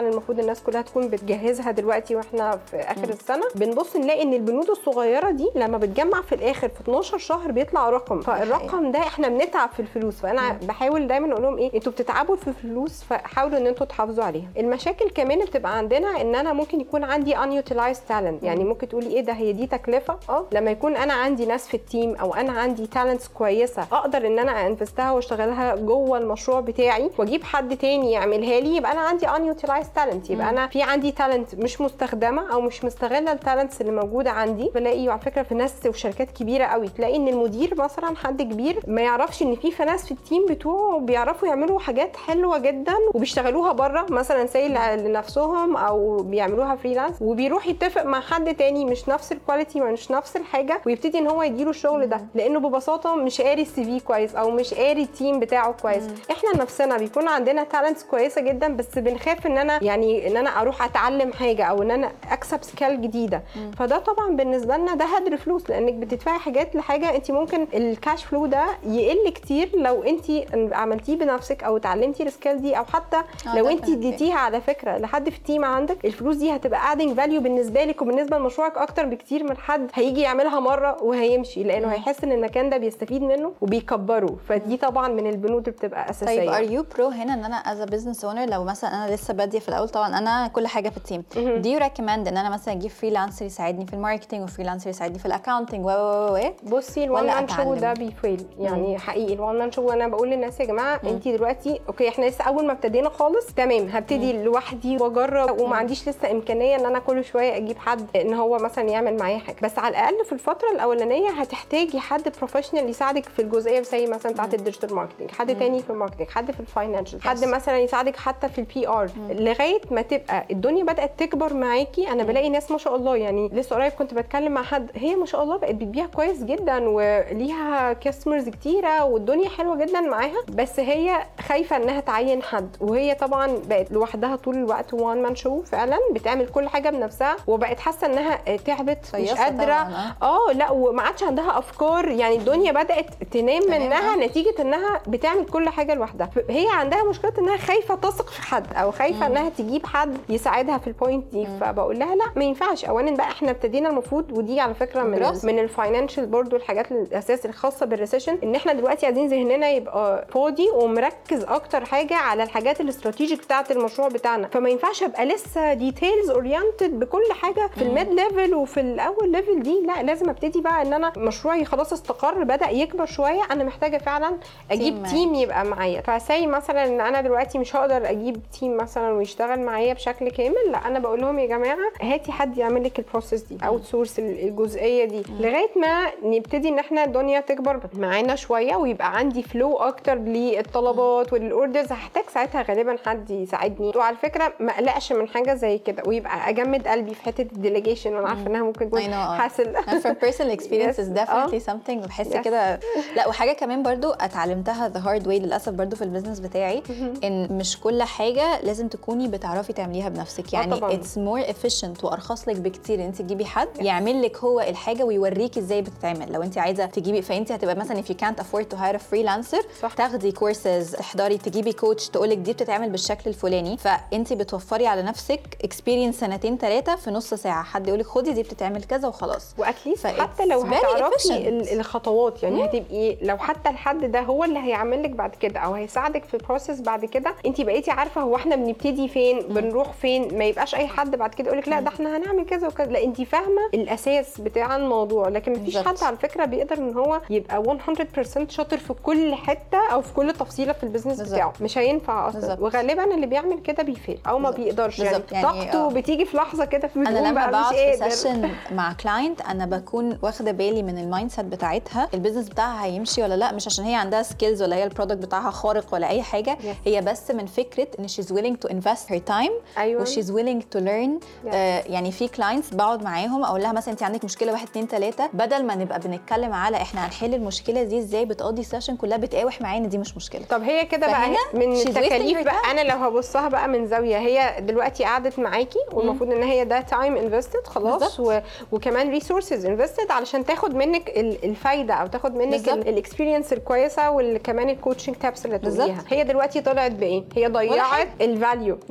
الناس كلها تكون بتجهزها دلوقتي واحنا في اخر السنه، بنبص نلاقي ان البنود الصغيره دي لما بتجمع في الاخر في اتناشر شهر بيطلع رقم، فالرقم ده احنا بنتعب في الفلوس. فانا م. بحاول دايما اقول لهم ايه، انتوا بتتعبوا في الفلوس فحاولوا ان انتوا تحافظوا عليها. المشاكل كمان بتبقى عندنا ان انا ممكن يكون عندي unutilized talent، يعني ممكن تقولي ايه ده، هي دي تكلفه. اه لما يكون انا عندي ناس في التيم او انا عندي تالنتس كويسه اقدر ان انا انفستها واشتغلها جوه المشروع بتاعي واجيب حد تاني يعملها لي، يبقى انا عندي unutilized talent، يبقى انا في عندي تالنت مش مستخدمه او مش مستغله التالنتس اللي موجوده عندي. بلاقي على فكره في ناس وشركات كبيره قوي تلاقي ان المدير مثلا حد كبير ما يعرفش ان في في ناس في التيم بتوعه بيعرفوا يعملوا حاجات حلوه جدا وبيشتغلوها بره مثلا سي لنفسهم او بيعملوها فريلانس، وبيروح يتفق مع حد تاني مش نفس الكواليتي ومش نفس الحاجه ويبتدي ان هو يديله الشغل ده، لانه ببساطه مش قاري السي في كويس او مش قاري التيم بتاعه كويس. مم. احنا نفسنا بيكون عندنا تالنتس كويسه جدا بس بنخاف ان انا يعني ان انا اروح اتعلم حاجه او ان انا اكسب سكيل جديده. مم. فده طبعا بالنسبه لنا ده هدر فلوس، لانك بتدفعي حاجات لحاجه انت ممكن الكاش فلو ده يقل كتير لو انت عملتيه بنفسك او اتعلمتي السكيل دي، او حتى لو انت اديتيها على فكره لحد في التيم عندك، الفلوس دي هتبقى ادنج فاليو بالنسبه لك وبالنسبه لمشروعك اكتر بكتير من حد هيجي يعملها مره وهيمشي، لانه هيحس ان المكان ده بيستفيد منه وبيكبره. فدي طبعا من البنود اللي بتبقى اساسيه. طيب ار يو برو هنا ان انا از بزنس اونر لو مثلا انا لسه باديه في الاول، طبعا انا كل حاجه في التيم، دي يو ريكومند ان انا مثلا اجيب فريلانسر يساعدني في الماركتنج وفريلانسر يساعدني في الاكاونتنج و و و بصي الوان مان شو ده بيفيل يعني. مم. حقيقي الوان مان شو انا بقول للناس يا جماعه انت دلوقتي اوكي احنا لسه اول ما ابتدينا خالص تمام هبتدي مم. لوحدي واجرب وما عنديش لسه امكانيه ان انا كل شويه اجيب حد ان هو مثلا يعمل معايا حاجه، بس على الاقل في الفتره الاولانيه هتحتاجي حد بروفيشنال يساعدك في الجزئيه زي مثلا بتاعت الديجيتال ماركتنج، حد مم. تاني في الماركتنج، حد في الفاينانشال، حد مثلا يساعدك حتى في البي ار، لغايه ما تبقى الدنيا بدات تكبر معاكي. انا بلاقي ناس ما شاء الله يعني لسه قريب كنت بتكلم مع حد هي ما شاء الله بقت بتبيع كويس جدا وليها كاستمرز كتيره والدنيا حلوه جدا معاها، بس هي خايفه انها تعين حد، وهي طبعا بقت لوحدها طول الوقت وان مان شو فعلا بتعمل كل حاجه بنفسها، وبقت حاسه انها تعبت مش قادره اه لا وما عادش عندها افكار، يعني الدنيا بدات تنام منها نتيجه انها بتعمل كل حاجه لوحدها. هي عندها مشكله انها خايفه تثق في حد او خايفه مم. انها تجيب حد يساعدها في البوينت دي. مم. فبقول لها لا ما ينفعش. اولا بقى احنا ابتدينا المفروض، ودي على فكره من برس. من الفاينانشال برضو الحاجات الاساس الخاصه بالريسيشن، ان احنا دلوقتي عايزين ذهننا يبقى فاضي ومركز اكتر حاجه على الحاجات الاستراتيجيك بتاعه المشروع بتاعنا. فما ينفعش ابقى لسه ديتيلز اورينتد بكل حاجه في الميد ليفل وفي الاول ليفل دي، لا لازم ابتدي بقى ان انا مشروعي خلاص استقر بدا يكبر شويه، انا محتاجه فعلا اجيب تيم, تيم يبقى معايا. فساي مثلا ان انا دلوقتي مش هقدر اجيب تيم مثلا ويشتغل معايا بشكل كامل، لا انا بقول لهم يا جماعه هاتي حد يعمل لك البروسيس دي اوت سورس الجزئيه دي مم. لغايه ما نبتدي ان احنا الدنيا تكبر معانا شويه ويبقى عندي فلو اكتر للطلبات والاوردرز، هحتاج ساعتها غالبا حد يساعدني. وعلى فكره ما اقلقش من حاجه زي كده ويبقى اجمد قلبي في حته الديليجيشن، وانا عارفه انها ممكن تكون حاصل from personal experience is definitely something بحس كده. لا وحاجه كمان برضو اتعلمتها the hard way للاسف برضو في البيزنس بتاعي، ان مش كل حاجه لازم تكوني بتعرفي تعمليها بنفسك، يعني it's more efficient وارخص لك بكتير ان انت تجيبي حد يعمل لك هو الحاجه ويوريكي ازاي بتتعمل. لو انت عايزه تجيبي، فانت هتبقى مثلا if you can't afford to hire a freelancer تاخدي كورسز، تحضري، تجيبي كوتش تقولك دي بتتعمل بالشكل الفلاني، فانت بتوفري على نفسك اكسبيرينس سنتين ثلاثه في نص ساعه، حد يقولك خدي دي بتتعمل كذا وخلاص. واكيد حتى لو هتعرفي الخطوات يعني مم. هتبقي لو حتى الحد ده هو اللي هيعمل لك بعد كده او هيساعدك في البروسيس بعد كده، انت بقيتي عارفه هو احنا بنبتدي فين مم. بنروح فين، ما يبقاش اي حد بعد كده يقولك لا ده احنا هنعمل كذا وكذا، لا انت فاهمه الاساس بتاع الموضوع. لكن مفيش حد على فكره بيقدر ان هو يبقى مية بالمية شاطر في كل حته او في كل تفصيله في البيزنس بتاعه، مش هينفع اصلا بالزبط. وغالبا اللي بيعمل كده بيفيل او ما بيقدرش بالزبط. يعني طاقته يعني بتيجي في لحظه كده في انا لما بقعد في سيشن مع كلاينت انا بكون واخده بالي من المايند سيت بتاعتها، البيزنس بتاعها هيمشي ولا لا، مش عشان هي عندها سكيلز ولا هي البرودكت بتاعها خارق ولا اي حاجه yes. هي بس من فكره ان she's willing to invest her time أيوة. و she's willing to learn yes. آه يعني في كلاينتس بقعد معاهم اقول لها مثلا انت عندك مشكله واحد اتنين تلاته، بدل ما نبقى بنتكلم على احنا هنحل المشكله دي ازاي، بتقضي سيشن كلها بتقاوح معايا ان دي مش مشكله. طب هي كده بقى من التكاليف بقى، انا لو هبصها بقى من زاويه، هي دلوقتي قعدت معاكي والمفروض ان هي ده تايم انفستد خلاص و... وكمان ريسورسز انفستد علشان تاخد منك الفايده او تاخد منك الاكسبيرينس الكويسه وكمان الكوتشنج تابس اللي تديها. هي دلوقتي طلعت بايه؟ هي ضيعت الفاليو، يعني هي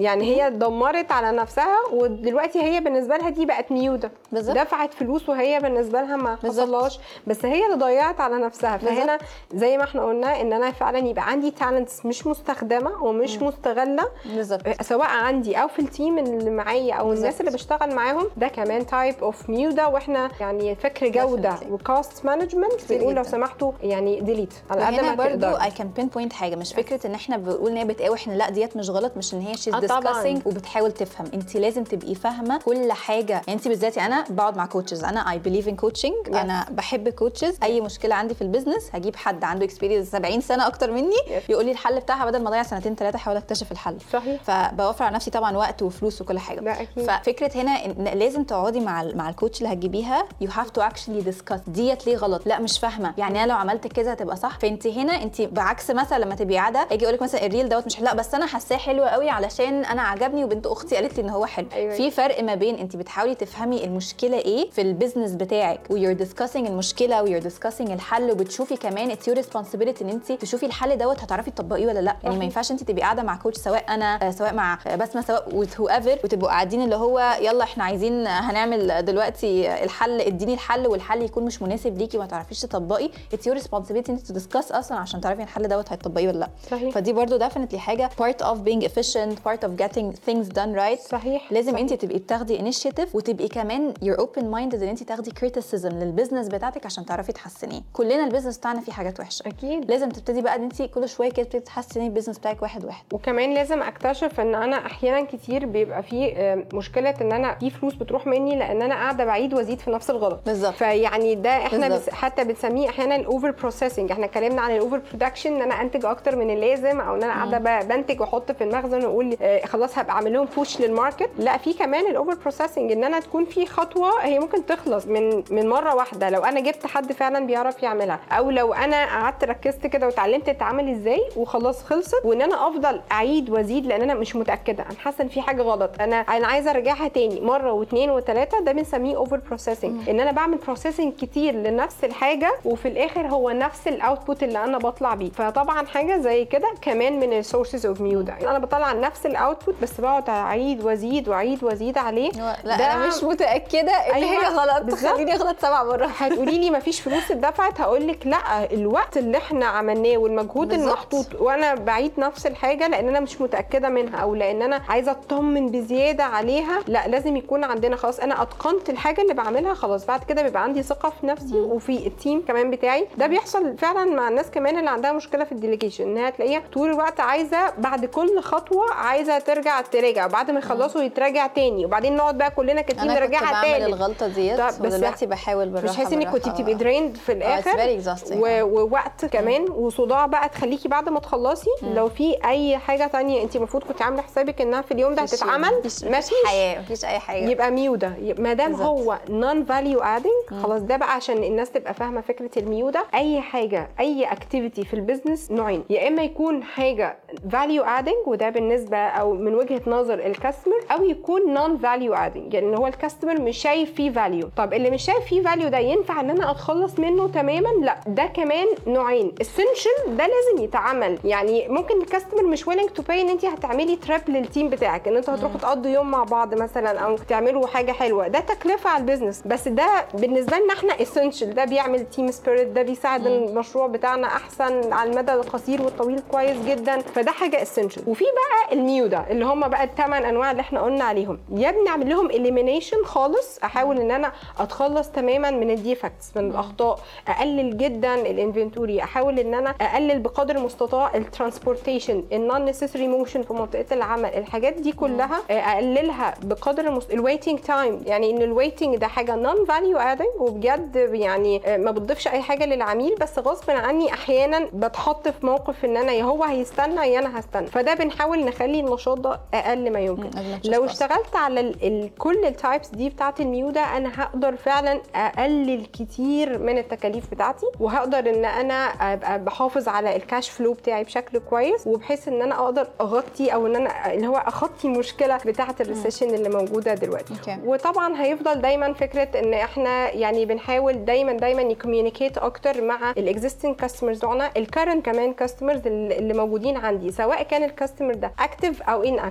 هي دمرت على نفسها، ودلوقتي هي بالنسبه لها دي بقت ميوده، دفعت فلوس وهي بالنسبه لها ما حصلهاش، بس هي اللي ضيعت على نفسها. فهنا زي ما احنا قلنا ان انا فعلا يبقى عندي تالنتس مش مستخدمه ومش م. مستغله بالزبط. سواء عندي او في التيم اللي معايا او بالزبط. الناس اللي بشتغل معاهم، ده كمان تايب اوف ميوده. واحنا يعني فكر جوده وكاست مانجمنت بنقول لو سمحتوا يعني ديليت على قد ما برضو اي كان بين بوينت حاجه، مش فكره ان احنا بنقول ان هي بتقاوح ان لا ديت مش غلط، مش ان هي شيز ديسكاسنج وبتحاول تفهم. انت لازم تبقي فاهمه كل حاجه. يعني انت بالذات، انا بقعد مع كوتشز، انا اي بليف ان كوتشنج، انا بحب كوتشز. اي مشكله عندي في البيزنس هجيب حد عنده اكسبيرينس سبعين سنه اكتر مني يقول لي الحل بتاعها، بدل ما اضيع سنتين ثلاثه احاول اكتشف الحل. صحيح. فبوفر على نفسي طبعا وقت وفلوس وكل حاجه. ففكره هنا إن لازم تقعدي مع مع الكوتش اللي هتجيبيها، يو هاف تو اكشلي ديسكاس ديت ليه غلط، لا مش فاهمه، يعني انا لو عملت كذا هتبقى صح. فانت هنا انت بعكس مثلا لما تبقي قاعده اجي اقول لك مثلا الريل دوت مش، لا بس انا حاساه حلو قوي علشان انا عجبني وبنت اختي قالت لي ان هو حلو. أيوة. في فرق ما بين انت بتحاولي تفهمي المشكله ايه في البيزنس بتاعك ويور ديسكاسنج المشكله ويور ديسكاسنج الحل، وبتشوفي كمان اتس يور ريسبونسبيلتي ان انت تشوفي الحل دوت هتعرفي تطبقيه ولا لا. يعني ما ينفعش انت تبقي قاعده مع كوتش، سواء انا سواء مع بسمه سواء وذ هو ايفر، وتبقوا قاعدين اللي هو يلا احنا عايزين هنعمل دلوقتي الحل، اديني الحل، والحل يكون مش مناسب ليكي وما تعرفيش تطبقي. اتس يور ريسبونسبيلتي ان انت تدسكاس اصلا عشان تعرفي الحل دوت هتطبقيه ولا لا. صحيح. فدي برضو definitely حاجه part of being efficient, part of getting things done right. صحيح. لازم صحيح. انت تبقي بتاخدي initiative وتبقي كمان you're open minded ان انت تاخدي criticism للبزنس بتاعتك عشان تعرفي تحسنيه. كلنا البزنس بتاعنا فيه حاجات وحشه اكيد، لازم تبتدي بقى ان انت كل شويه كده تبتدي تحسني البزنس بتاعك واحد واحد. وكمان لازم اكتشف ان انا احيانا كتير بيبقى فيه مشكله ان انا في فلوس بتروح مني لان انا قاعده بعيد وازيد في نفس الغلط. بالظبط. فيعني ده احنا بس حتى بنسميه احيانا الاوفر بروسيسنج. احنا اتكلمنا عن الاوفر برودكشن، ان انا انتج اكتر من اللازم، او ان انا قاعده بنتج واحط في المخزن واقول آه خلاص هبقى اعمل لهم بوش للماركت. لا، في كمان الاوفر بروسيسنج ان انا تكون في خطوه هي ممكن تخلص من من مره واحده لو انا جبت حد فعلا بيعرف يعملها، او لو انا قعدت ركزت كده وتعلمت تتعامل ازاي وخلاص خلصت، وان انا افضل اعيد وازيد لان انا مش متاكده، انا حاسه ان في حاجه غلط، انا انا عايزه ارجعها تاني مره واثنين وثلاثه. ده بنسميه اوفر بروسيسنج، ان انا بعمل بروسيسنج كتير لنفس الحاجه وفي الاخر هو نفس الاوتبوت اللي انا بطلع بيه. فطبعا حاجه زي كده كمان من السورسز اوف ميودا، انا بطلع نفس الاوتبوت بس بقعد اعيد وازيد واعيد وازيد عليه. لا ده انا مش متاكده ان أيوة هي غلط، خليني اغلط سبع مرات. هتقولي لي مفيش فلوس اتدفعت، هقول لك لا، الوقت اللي احنا عملناه والمجهود المحطوط وانا بعيد نفس الحاجه لان انا مش متاكده منها او لان انا عايزه اطمن بزياده عليها. لا، لازم يكون عندنا خلاص انا اتقنت الحاجه اللي بعملها، خلاص بعد كده بيبقى عندي ثقه في نفسي وفي التيم كمان بتاعي. ده بيحصل فعلا مع الناس كمان اللي عندها مشكله في الديليجيشن، انها تلاقيها طول الوقت عايزه بعد كل خطوه عايزه ترجع تراجع، وبعد ما يخلصوا يتراجع تاني، وبعدين نقعد بقى كلنا كتير نراجعها تاني. انا كنت بعمل الغلطه ديت ودلوقتي بحاول بالراحه. مش حاسه انك كنت بتبقي دريند في الاخر و... ووقت كمان وصداع بقى تخليكي بعد ما تخلصي مم. لو في اي حاجه تانية انت المفروض كنت عامله حسابك انها في اليوم ده هتتعمل، مفيش حياه، مفيش اي حاجه، يبقى ميوده. ما دام هو نون فاليو ادنج خلاص، ده بقى عشان الناس تبقى فاهمه فكره الميوده. اي حاجه اي اكتيفيتي في البيزنس نوعين، يا اما يكون حاجه فاليو ادنج وده بالنسبه او من وجهه نظر الكاستمر، او يكون نون فاليو ادنج يعني هو الكاستمر مش شايف فيه فاليو. طب اللي مش شايف فيه فاليو ده ينفع ان انا اتخلص منه تماما؟ لا، ده كمان نوعين. اسينشال ده لازم يتعمل، يعني ممكن الكاستمر مش ويلينج تو باي ان انت هتعملي تراب للتيم بتاعك، ان انتوا هتروحوا تقضوا يوم مع بعض مثلا او تعملوا حاجه حلوه، ده تكلفه على البيزنس، بس ده بالنسبه لنا احنا اسينشال، ده بيعمل تيم سبيريت، ده بيساعد مم. المشروع بتاعنا احسن على المدى القصير والطويل كويس جدا، فده حاجه اسينشال. وفي بقى الميودا اللي هم بقى الثمان انواع اللي احنا قلنا عليهم، يا بنعمل لهم اليمينيشن خالص، احاول ان انا اتخلص تماما من الديفكتس، من الاخطاء، اقلل جدا الانفنتوري، احاول ان انا اقلل بقدر المستطاع الترانسبورتيشن، النون نيسيسري موشن في منطقه العمل، الحاجات دي كلها اقللها بقدر المست... الويتنج تايم، يعني ان الويتنج ده حاجه نون فاليو ادنج وبجد يعني ما بتضيفش اي حاجه للعميل، بس غصب عني احيانا بتحط في موقف ان انا يا هو هيستنى يا انا هستنى، فده بنحاول نخلي النشاط ده اقل ما يمكن. لو اشتغلت على ال... ال... كل التايبس دي بتاعه الميوده انا هقدر فعلا اقلل كتير من التكاليف بتاعتي، وهقدر ان انا ابقى بحافظ على الكاش فلو بتاعي بشكل كويس، وبحيث ان انا اقدر اغطي او ان انا اللي هو اخطي المشكله بتاعه الريسيشن اللي موجوده دلوقتي. okay. وطبعا هيفضل دايما فكره ان احنا يعني بنحاول دايما دايما نكوميونيكيت اكتر مع الاكزيستنج كاستمرز بتوعنا، الكرنت كمان كاستمرز اللي موجودين عندي، سواء كان الكاستمر ده اكتف او ان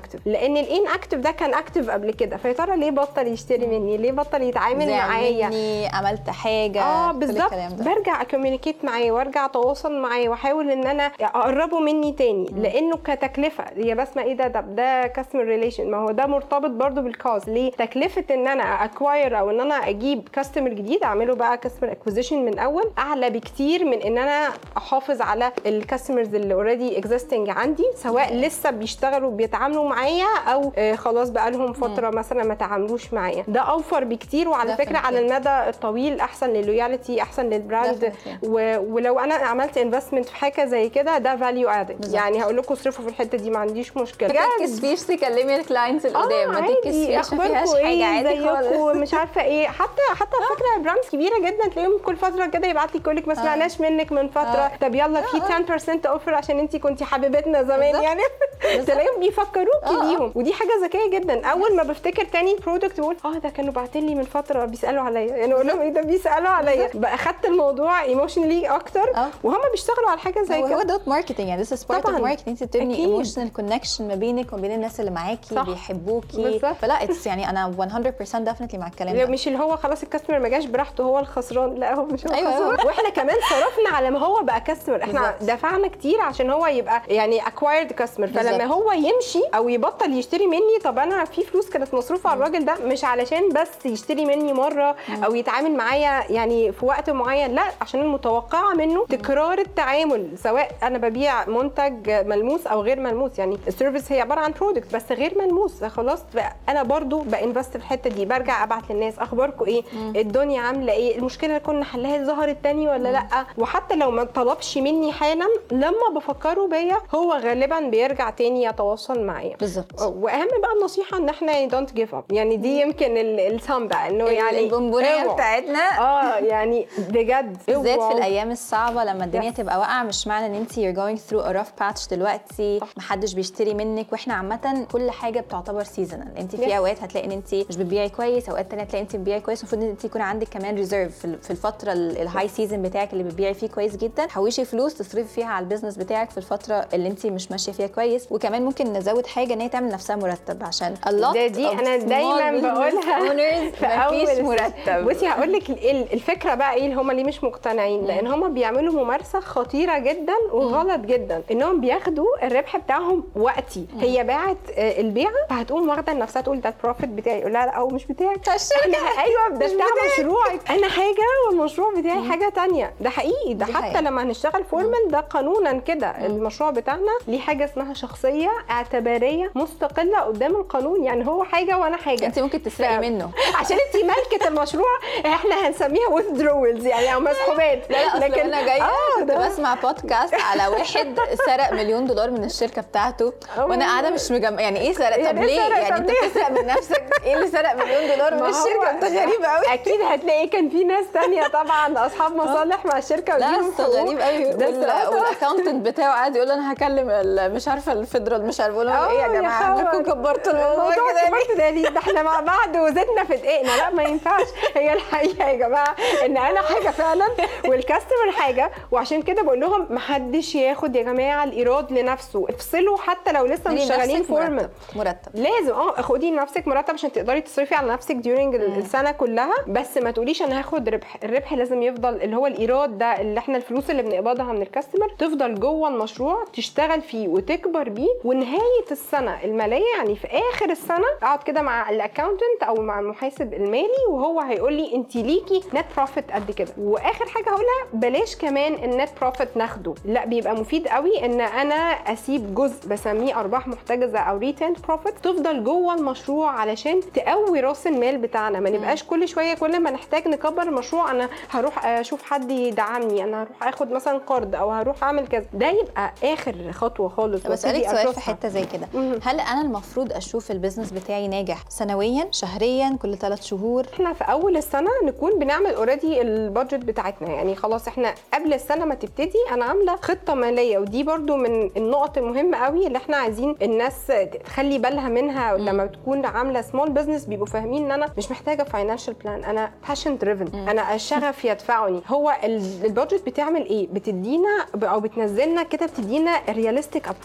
اكتف، لان الان اكتف ده كان اكتف قبل كده، فيا ترى ليه بطل يشتري مني، ليه بطل يتعامل معايا، عملت حاجه اه بالظبط. برجع اكوميونيكيت معاه وارجع اتواصل معاه واحاول ان انا اقربه مني تاني، م. لانه كتكلفه هي بسمه ايه ده ده, ده كاستمر ريليشن، ما هو ده مرتبط برضو بالكاز. ليه تكلفه ان انا اكواير او ان انا اجيب كاستمر جديد اعمله بقى كاستمر اكوزيشن من اول اعلى بكتير من ان انا احافظ على الكاستمرز اللي اوريدي اكزيستنج عندي، سواء لسه بيشتغلوا بيتعاملوا معايا او آه خلاص بقى لهم فتره م. مثلا ما تعاملوش معايا. ده اوفر بكتير، وعلى فكره على المدى الطويل احسن للويالتي، احسن للبراند. و... ولو انا عملت انفستمنت في حاجه زي كده ده فاليو ادد، يعني هقول لكم اصرفوا في الحته دي ما عنديش مشكله. ما تتكسفيش تكلمي الكلاينتس القدام، ما تتكسفيش، ما فيهاش حاجه، عادي خالص. مش عارفه ايه، حتى حتى على فكره براندز كبيره جدا تلاقيهم كل فتره كده يبعت لي يقول لك ما سمعناش منك من فتره، طب يلا في عشرة بالمية اوفر عشان انت كنتي حبيبتنا زمان، يعني تلاقيهم بيفكروكي بيهم، ودي حاجه ذكيه جدا. اول ما بفتكر تاني برودكت بقول اه ده كانوا باعتين لي من فتره بيسالوا عليا، يعني اقول لهم ايه ده بيسالوا عليا، بقى خدت الموضوع ايموشنالي اكتر، وهم بيشتغلوا على حاجه زي كده. هو دوت ماركتنج، يعني this is part of marketing، انت بتبني ايموشنال كونكشن ما بينك وما بين الناس اللي معاكي بيحبوكي، فلا اتس يعني انا مية بالمية ديفنتلي مع الكلام ده. مش اللي هو خلاص الكاستمر ما جاش براحته هو الخسران، لا هو مش هو الخسران. واحنا كمان صرفنا على ما هو بقى كاستمر، احنا دفعنا كتير عشان هو يبقى يعني اكوايرد كاستمر، فلما هو يمشي او يبطل يشتري مني، طب انا في فلوس كانت مصروفه على الراجل ده، مش علشان بس يشتري مني مره او يتعامل معايا يعني في وقت معين، لا عشان المتوقعه منه تكرار التعامل، سواء انا ببيع منتج ملموس او غير ملموس. يعني السيرفيس هي عباره عن برودكت بس غير ملموس، خلاص انا برضو بانفست في الحته دي، برجع ابعت للناس اخباركم ايه، مم. الدنيا عامله ايه، المشكله اللي كنا حلها ظهرت تاني ولا مم. لا. وحتى لو ما طلبش مني حالا لما بفكره بيا هو غالبا بيرجع تاني يتواصل معايا. بالظبط. واهم بقى النصيحه ان احنا دونت جيف اب، يعني دي يمكن السام بقى انه يعني البونبونيه بتاعتنا اه يعني بجد بالذات في الايام الصعبه لما الدنيا yes. تبقى واقعه، مش معنى ان انت you're going through a rough patch دلوقتي محدش بيشتري منك، واحنا عامه كل حاجه بتعتبر سيزونال، انت في yes. اوقات هتلاقي ان انت مش بتبيعي كويس، اوقات ثانيه هتلاقي انت بتبيعي كويس، المفروض ان انت يكون عندك كمان ريزيرف في الفتره الهاي سيزون بتاعك اللي بتبيعي فيه كويس جدا، حوشي فلوس تصرفي فيها على البيزنس بتاعك في الفتره اللي انت مش ماشيه فيها كويس. وكمان ممكن نزود حاجه ان هي تعمل نفسها مرتب، عشان الله دي, دي انا دايما بقولها في اول مرتب. بصي هقول لك الفكره بقى ايه اللي هم ليه مش مقتنعين، لان هم بيعملوا ممارسه خطيره جدا وغلط جدا، انهم بياخدوا الربح بتاعهم وقتي. هي باعت البيعه فهتقوم واخده لنفسها تقول ده البروفيت بتاعي، لا لا او مش بتاعك، ايوه ده بتاع مشروعك، انا حاجه والمشروع بتاعي حاجه ثانيه. ده حقيقي، ده حتى لما هنشتغل فورمال ده قانونا كده، المشروع بتاعنا ليه حاجه اسمها شخصيه اعتباريه مستقله قدام القانون، يعني هو حاجه وانا حاجه، انت ممكن تسرقي منه عشان انت مالكه المشروع، احنا هنسميها withdrawals يعني او مسحوبات. لا لا لكن انا جايه آه كنت بسمع بودكاست على واحد سرق مليون دولار من الشركه بتاعته، وانا قاعده مش مجمع يعني ايه سرق، طب ليه يعني انت بتسرق من نفسك، ايه اللي سرق مليون دولار من الشركه؟ انت غريب قوي. اكيد هتلاقي كان في ناس ثانيه طبعا اصحاب مصالح مع الشركه وديهم غريب قوي، والاكونتنت بتاعه قاعد يقول انا هكلم مش عارفه الفيدرال مش عارفه لهم ايه يا جماعه، عندكم كبرتوا الموضوع كده ليه؟ ده احنا مع بعض وزدنا في دقيقنا، لا ما ينفعش. هي الحقيقه يا جماعه ان انا حاجه فعلا والكاستمر حاجه، وعشان كده بقول لهم ما حدش ياخد يا جماعه الايراد لنفسه، افصلوا حتى لو لسه مش شغالين فورمال مرتب، لازم اه خدي لنفسك مرتب عشان تقدري تصرفي على نفسك ديورنج السنه كلها، بس ما تقوليش انا هاخد ربح. الربح لازم يفضل اللي هو الايراد ده اللي احنا الفلوس اللي بنقبضها من الكاستمر تفضل جوه المشروع تشتغل فيه وتكبر بيه، ونهايه السنه الماليه يعني في اخر السنه اقعد كده مع الاكاونتنت او مع المحاسب المالي وهو هيقول لي انت ليكي نت بروفيت قد كده. واخر حاجه هقولها بلاش كمان النت بروفيت ناخده، لا بيبقى مفيد قوي ان انا اسيب جزء بسميه ارباح محتجزه او ريتيند بروفيت تفضل جوه المشروع علشان تقوي راس المال بتاعنا، ما نبقاش كل شويه كل ما نحتاج نكبر المشروع انا هروح اشوف حد يدعمني، انا هروح اخد مثلا قرض او هروح اعمل كذا، ده يبقى اخر خطوه خالص. بس اسالك سؤال في حته زي كده، هل انا المفروض اشوف البيزنس بتاعي ناجح سنويا شهريا كل ثلاث شهور؟ احنا في اول السنه نكون بنعمل اوريدي البادجت بتاعتنا، يعني خلاص احنا قبل السنه ما تبتدي انا عامله خطه ماليه، ودي برده من النقط المهمه قوي اللي احنا عايزين الناس تخلي بالها منها. م. لما بتكون عامله سمول بزنس بيبقوا فاهمين ان انا مش محتاجه فاينانشال بلان، انا باشن دريفن، انا الشغف يدفعني. هو البادجت بتعمل ايه؟ بتدينا او بتنزلنا كده، بتدينا رياليستيك ابروتش، يعني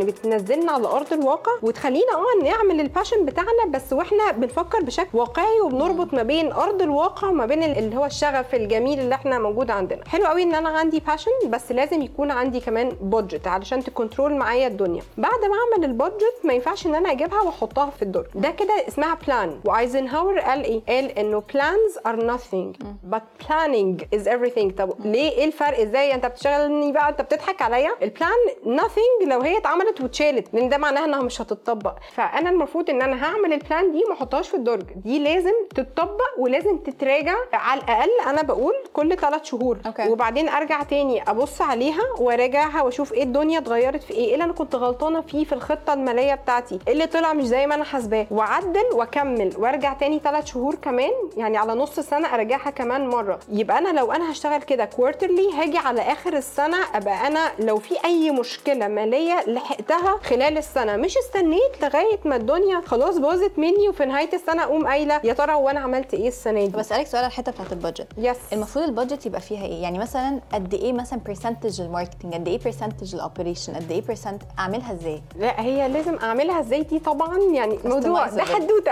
بتنزلنا على ارض الواقع وتخلينا اه نعمل الباشن بتاعنا، بس واحنا بنفكر بشكل واقعي وبنربط ما بين ارض الواقع وما بين اللي هو الشغف الجميل اللي احنا موجود عندنا. حلو قوي ان انا عندي باشن، بس لازم يكون عندي كمان بودجت علشان تكنترول معايا الدنيا. بعد ما اعمل البودجت ما ينفعش ان انا اجيبها واحطها في الدرج، ده كده اسمها بلان. وايزنهاور قال ايه؟ قال انه plans are nothing but planning is everything. طب ليه؟ ايه الفرق؟ ازاي انت بتشغلني بقى؟ انت بتضحك عليا. البلان nothing لو هي اتعملت واتشالت، لان ده معناها انها مش هتطبق. فانا المفروض ان انا هعمل البلان دي ما احطهاش في الدرج، دي لازم تتطبق ولازم تتراجع على الاقل انا بقول كل ثلاث شهور. أوكي. وبعدين ارجع تاني ابص عليها وراجعها واشوف ايه الدنيا اتغيرت في ايه، ايه اللي انا كنت غلطانه فيه في الخطه الماليه بتاعتي، ايه اللي طلع مش زي ما انا حاسباه، واعدل واكمل وارجع تاني ثلاث شهور كمان، يعني على نص سنه اراجعها كمان مره. يبقى انا لو انا هشتغل كده كوارترلي، هاجي على اخر السنه ابقى انا لو في اي مشكله ماليه لحقتها خلال السنه، مش استنيت لغايه ما الدنيا خلاص باظت مني وفي نهايه السنه اقوم قايله يا ترى وانا عملت ايه السنه دي. بس اسالك سؤال على الحته بتاعت البادجت. يس. المفروض البادجت يبقى فيها ايه؟ يعني مثلا قد ايه مثلا برسنتج الماركتنج، قد ايه برسنتج الاوبريشن، قد ايه برسنت اعملها ازاي؟ لا هي لازم اعملها ازاي دي طبعا يعني موضوع ده حدوته.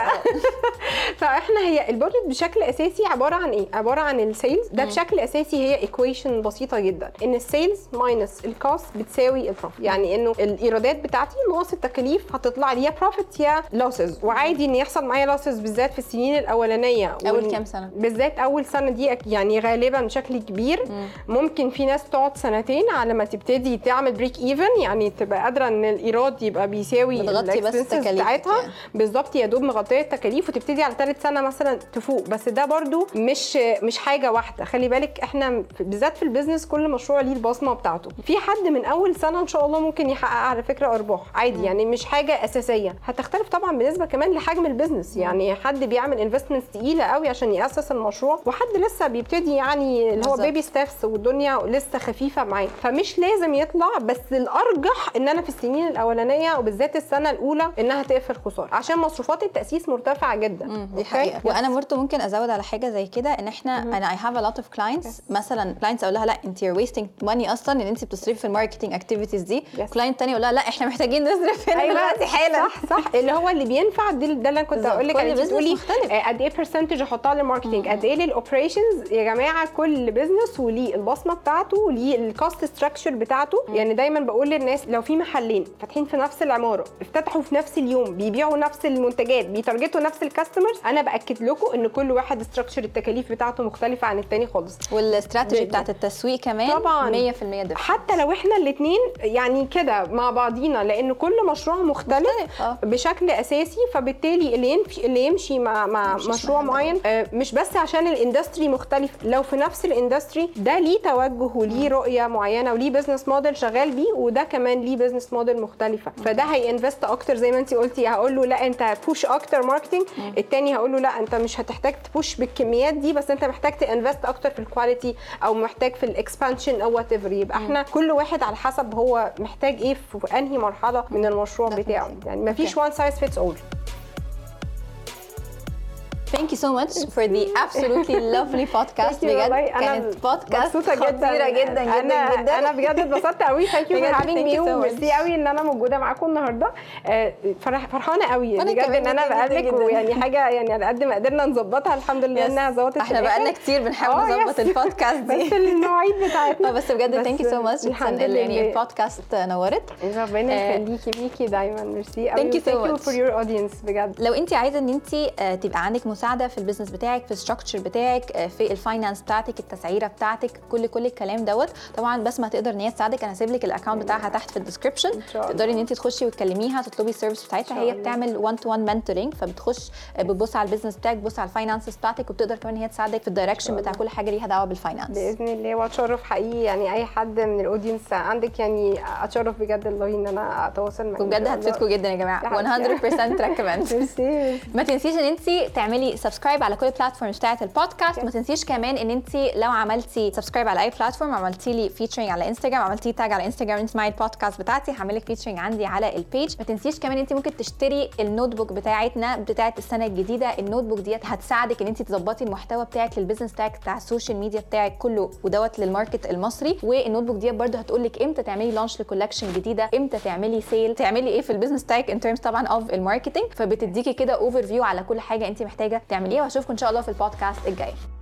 فاحنا هي البادجت بشكل اساسي عباره عن ايه؟ عباره عن السيلز. ده بشكل اساسي هي ايكويشن بسيطه جدا، ان السيلز ماينس الكوست بتساوي البروفيت. يعني انه الايرادات بتاعتي ناقص التكاليف هتطلع لي يا بروفيت يا لوسز. وعادي ان يحصل معايا لوسز بالذات في السنين الاولانيه، اول كام سنه بالذات اول سنه دي يعني غالبا بشكل كبير. مم. ممكن في ناس تقعد سنتين على ما تبتدي تعمل بريك ايفن، يعني تبقى قادره ان الايراد يبقى بيساوي الاكسبنسز بتاعتها يعني. بالظبط يا دوب مغطيه التكاليف، وتبتدي على ثالث سنه مثلا تفوق. بس ده برضو مش مش حاجه واحده، خلي بالك احنا بالذات في البيزنس كل مشروع ليه البصمه بتاعته. في حد من اول سنه ان شاء الله ممكن يحقق على فكره ارباح عادي. مم. يعني مش حاجه اساسيه، هتختلف طبعا بالنسبه كمان لحجم البيزنس. يعني حد بيعمل انفستمنت ثقيله قوي عشان ياسس المشروع، وحد لسه بيبتدي يعني اللي هو بيبي ستيبس والدنيا لسه خفيفه معاه. فمش لازم يطلع، بس الارجح ان انا في السنين الاولانيه وبالذات السنه الاولى انها تقفل خساره، عشان مصروفات التاسيس مرتفعه جدا. دي حقيقه. وانا برضه ممكن ازود على حاجه زي كده، ان احنا انا اي هاف ا لوت اوف كلاينتس، مثلا كلاينتس اقول لها لا انت يور ويستنج ماني اصلا ان انت بتصرفي في الماركتنج اكتيفيتيز دي. كلاينت تاني يقول لها لا احنا محتاجين نصرف هنا دلوقتي حالا. صح صح اللي هو اللي بينفع ده اللي انا كنت هقول لك. انت بتقولي قد ايه برسنتج احطها للماركتنج، قد ايه للاوبريشنز. يا جماعه كل بزنس وليه البصمه بتاعته وليه الكوست ستراكشر بتاعته. مم. يعني دايما بقول للناس لو في محلين فاتحين في نفس العماره، افتتحوا في نفس اليوم، بيبيعوا نفس المنتجات، بيتارجتوا نفس الكاستمرز، انا باكد لكم ان كل واحد ستراكشر التكاليف بتاعته مختلفه عن الثاني خالص، والاستراتيجي بتاعت التسويق كمان طبعا مية في المية دفع. حتى لو احنا الاثنين يعني كده مع بعضينا، لان كل مشروع مختلف, مختلف. آه. بشكل اساسي. فبالتالي اللي يمشي اللي يمشي مع مع مش مشروع معين آه مش بس عشان الاندستري مختلف، لو في نفس الاندستري ده ليه توجه وليه رؤيه معينه وليه بزنس موديل شغال بيه، وده كمان ليه بزنس موديل مختلفه. فده هينفست اكتر زي ما انت قلتي، هقول له لا انت بوش اكتر ماركتنج، الثاني هقول له لا انت مش هتحتاج تبوش بالكميات دي، بس انت محتاج تنفست اكتر في الكواليتي او محتاج في الاكسبانشن او وات ايفر. يبقى احنا كل واحد على حسب هو محتاج ايه في انهي مرحله من المشروع بتاعه. يعني ما فيش one size fits all. Thank you so much for the absolutely lovely podcast. بجد كانت بودكاست خطيرة جدا جدا أنا جدا. أنا بجد اتبسطت قوي. Thank you for having me. وميرسي قوي إن أنا موجودة معاكم النهاردة. فرحانة قوي بجد إن أنا بقابلك، ويعني حاجة يعني على قد ما قدرنا نظبطها الحمد لله إنها ظبطت. احنا بقالنا كتير بنحاول نظبط البودكاست دي بس المواعيد بتاعتنا. بس بجد thank you so much. الحمد لله يعني البودكاست نورت. ربنا يخليكي بيكي دايما. ميرسي قوي. Thank you so much for your audience بجد. لو أنت عايزة إن أنت تبقى عندك مساعدة في البيزنس بتاعك، في الستراكشر بتاعك، في الفاينانس بتاعتك، التسعيره بتاعتك، كل كل الكلام دوت طبعا بسمة تقدر ان هي تساعدك. انا هسيب لك الاكونت بتاعها تحت في الديسكربشن، تقدري ان انت تخشي وتكلميها تطلبي السيرفيس بتاعتها. هي بتعمل وان تو وان منتورنج، فبتخش بتبص على البيزنس بتاعك، بتبص على الفاينانسز بتاعتك، وبتقدر كمان هي تساعدك في الدايركشن بتاع كل حاجه ليها دعوه بالفاينانس باذن الله. واتشرف حقيقي يعني اي حد من الاودينس عندك، يعني اتشرف بجد الله ان انا اتواصل معاكم. وبجد هتفيدكم جدا يا جماعه. مية بالمية ريكومند. ما تنسيش ان انت تعملي تعملي سبسكرايب على كل البلاتفورمز بتاعه البودكاست. ما تنسيش كمان ان انت لو عملتي سبسكرايب على اي بلاتفورم، عملتي لي فيتشرنج على انستغرام، عملتي تاج على انستغرام انت معايا البودكاست بتاعتي، هعمل لك فيتشرنج عندي على البيج. ما تنسيش كمان انت ممكن تشتري النوت بوك بتاعتنا بتاعه السنه الجديده. النوت بوك ديت هتساعدك ان انت تظبطي المحتوى بتاعك للبيزنس بتاعك بتاع السوشيال ميديا بتاعك كله، ودوت للماركت المصري. والنوت بوك ديت برده هتقول لك امتى تعملي لانش لكولكشن جديده، امتى تعملي سيل، تعملي ايه في البيزنس بتاعك ان ترمز طبعا اوف الماركتنج. فبتديكي كده اوفر فيو على كل حاجه انت محتاجه تعمليها. واشوفكم ان شاء الله في البودكاست الجاي.